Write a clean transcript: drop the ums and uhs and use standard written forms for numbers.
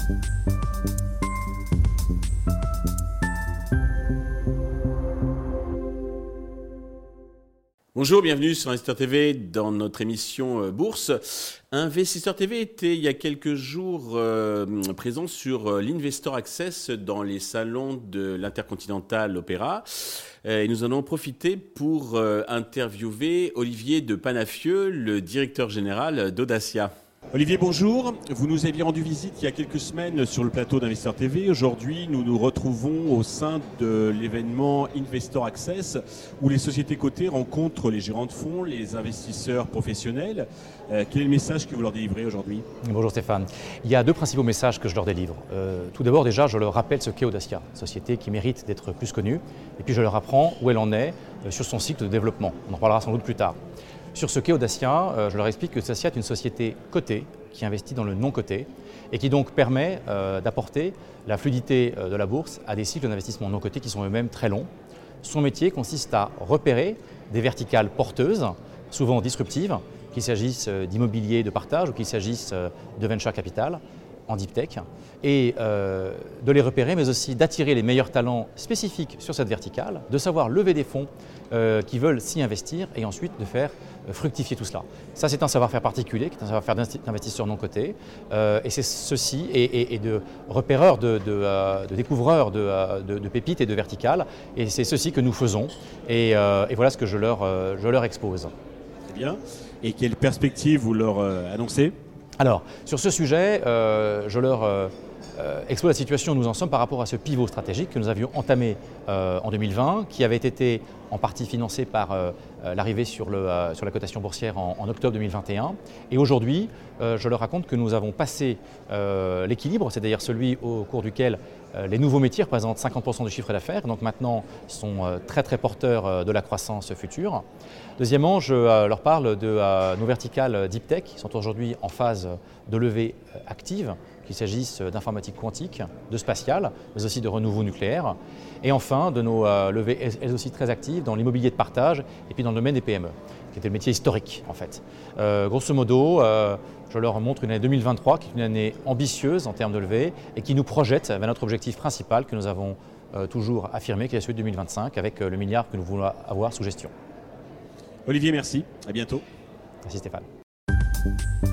Bonjour, bienvenue sur Investisseur TV dans notre émission Bourse. Investisseur TV était il y a quelques jours présent sur l'Investor Access dans les salons de l'Intercontinental Opéra. Et nous en avons profité pour interviewer Olivier de Panafieux, le directeur général d'Audacia. Olivier, bonjour. Vous nous aviez rendu visite il y a quelques semaines sur le plateau d'Investor TV. Aujourd'hui, nous nous retrouvons au sein de l'événement Investor Access où les sociétés cotées rencontrent les gérants de fonds, les investisseurs professionnels. Quel est le message que vous leur délivrez aujourd'hui ? Bonjour Stéphane. Il y a deux principaux messages que je leur délivre. Tout d'abord, déjà, je leur rappelle ce qu'est Audacia, société qui mérite d'être plus connue. Et puis, je leur apprends où elle en est sur son cycle de développement. On en parlera sans doute plus tard. Sur ce qu'est Audacia, je leur explique que Audacia est une société cotée qui investit dans le non coté et qui donc permet d'apporter la fluidité de la bourse à des cycles d'investissement non cotés qui sont eux-mêmes très longs. Son métier consiste à repérer des verticales porteuses, souvent disruptives, qu'il s'agisse d'immobilier de partage ou qu'il s'agisse de venture capital en deep tech, et de les repérer, mais aussi d'attirer les meilleurs talents spécifiques sur cette verticale, de savoir lever des fonds qui veulent s'y investir et ensuite de faire fructifier tout cela. Ça, c'est un savoir-faire particulier, qui est un savoir-faire d'investisseur non coté, et c'est ceci, et de repéreurs, de découvreurs de pépites et de verticales, et c'est ceci que nous faisons, et voilà ce que je leur expose. Très bien. Et quelles perspectives vous leur annoncez ? Alors, sur ce sujet, je leur expose la situation où nous en sommes par rapport à ce pivot stratégique que nous avions entamé en 2020, qui avait été en partie financé par l'arrivée sur la cotation boursière en octobre 2021. Et aujourd'hui, je leur raconte que nous avons passé l'équilibre, c'est-à-dire celui au cours duquel les nouveaux métiers représentent 50% du chiffre d'affaires, donc maintenant sont très très porteurs de la croissance future. Deuxièmement, je leur parle de nos verticales Deep Tech qui sont aujourd'hui en phase de levée active, qu'il s'agisse d'informatique quantique, de spatial, mais aussi de renouveau nucléaire. Et enfin, de nos levées elles aussi très actives dans l'immobilier de partage et puis dans le domaine des PME, qui était le métier historique en fait. Grosso modo, je leur montre une année 2023 qui est une année ambitieuse en termes de levée et qui nous projette vers notre objectif principal que nous avons toujours affirmé, qui est celui de 2025, avec le milliard que nous voulons avoir sous gestion. Olivier, merci. À bientôt. Merci Stéphane.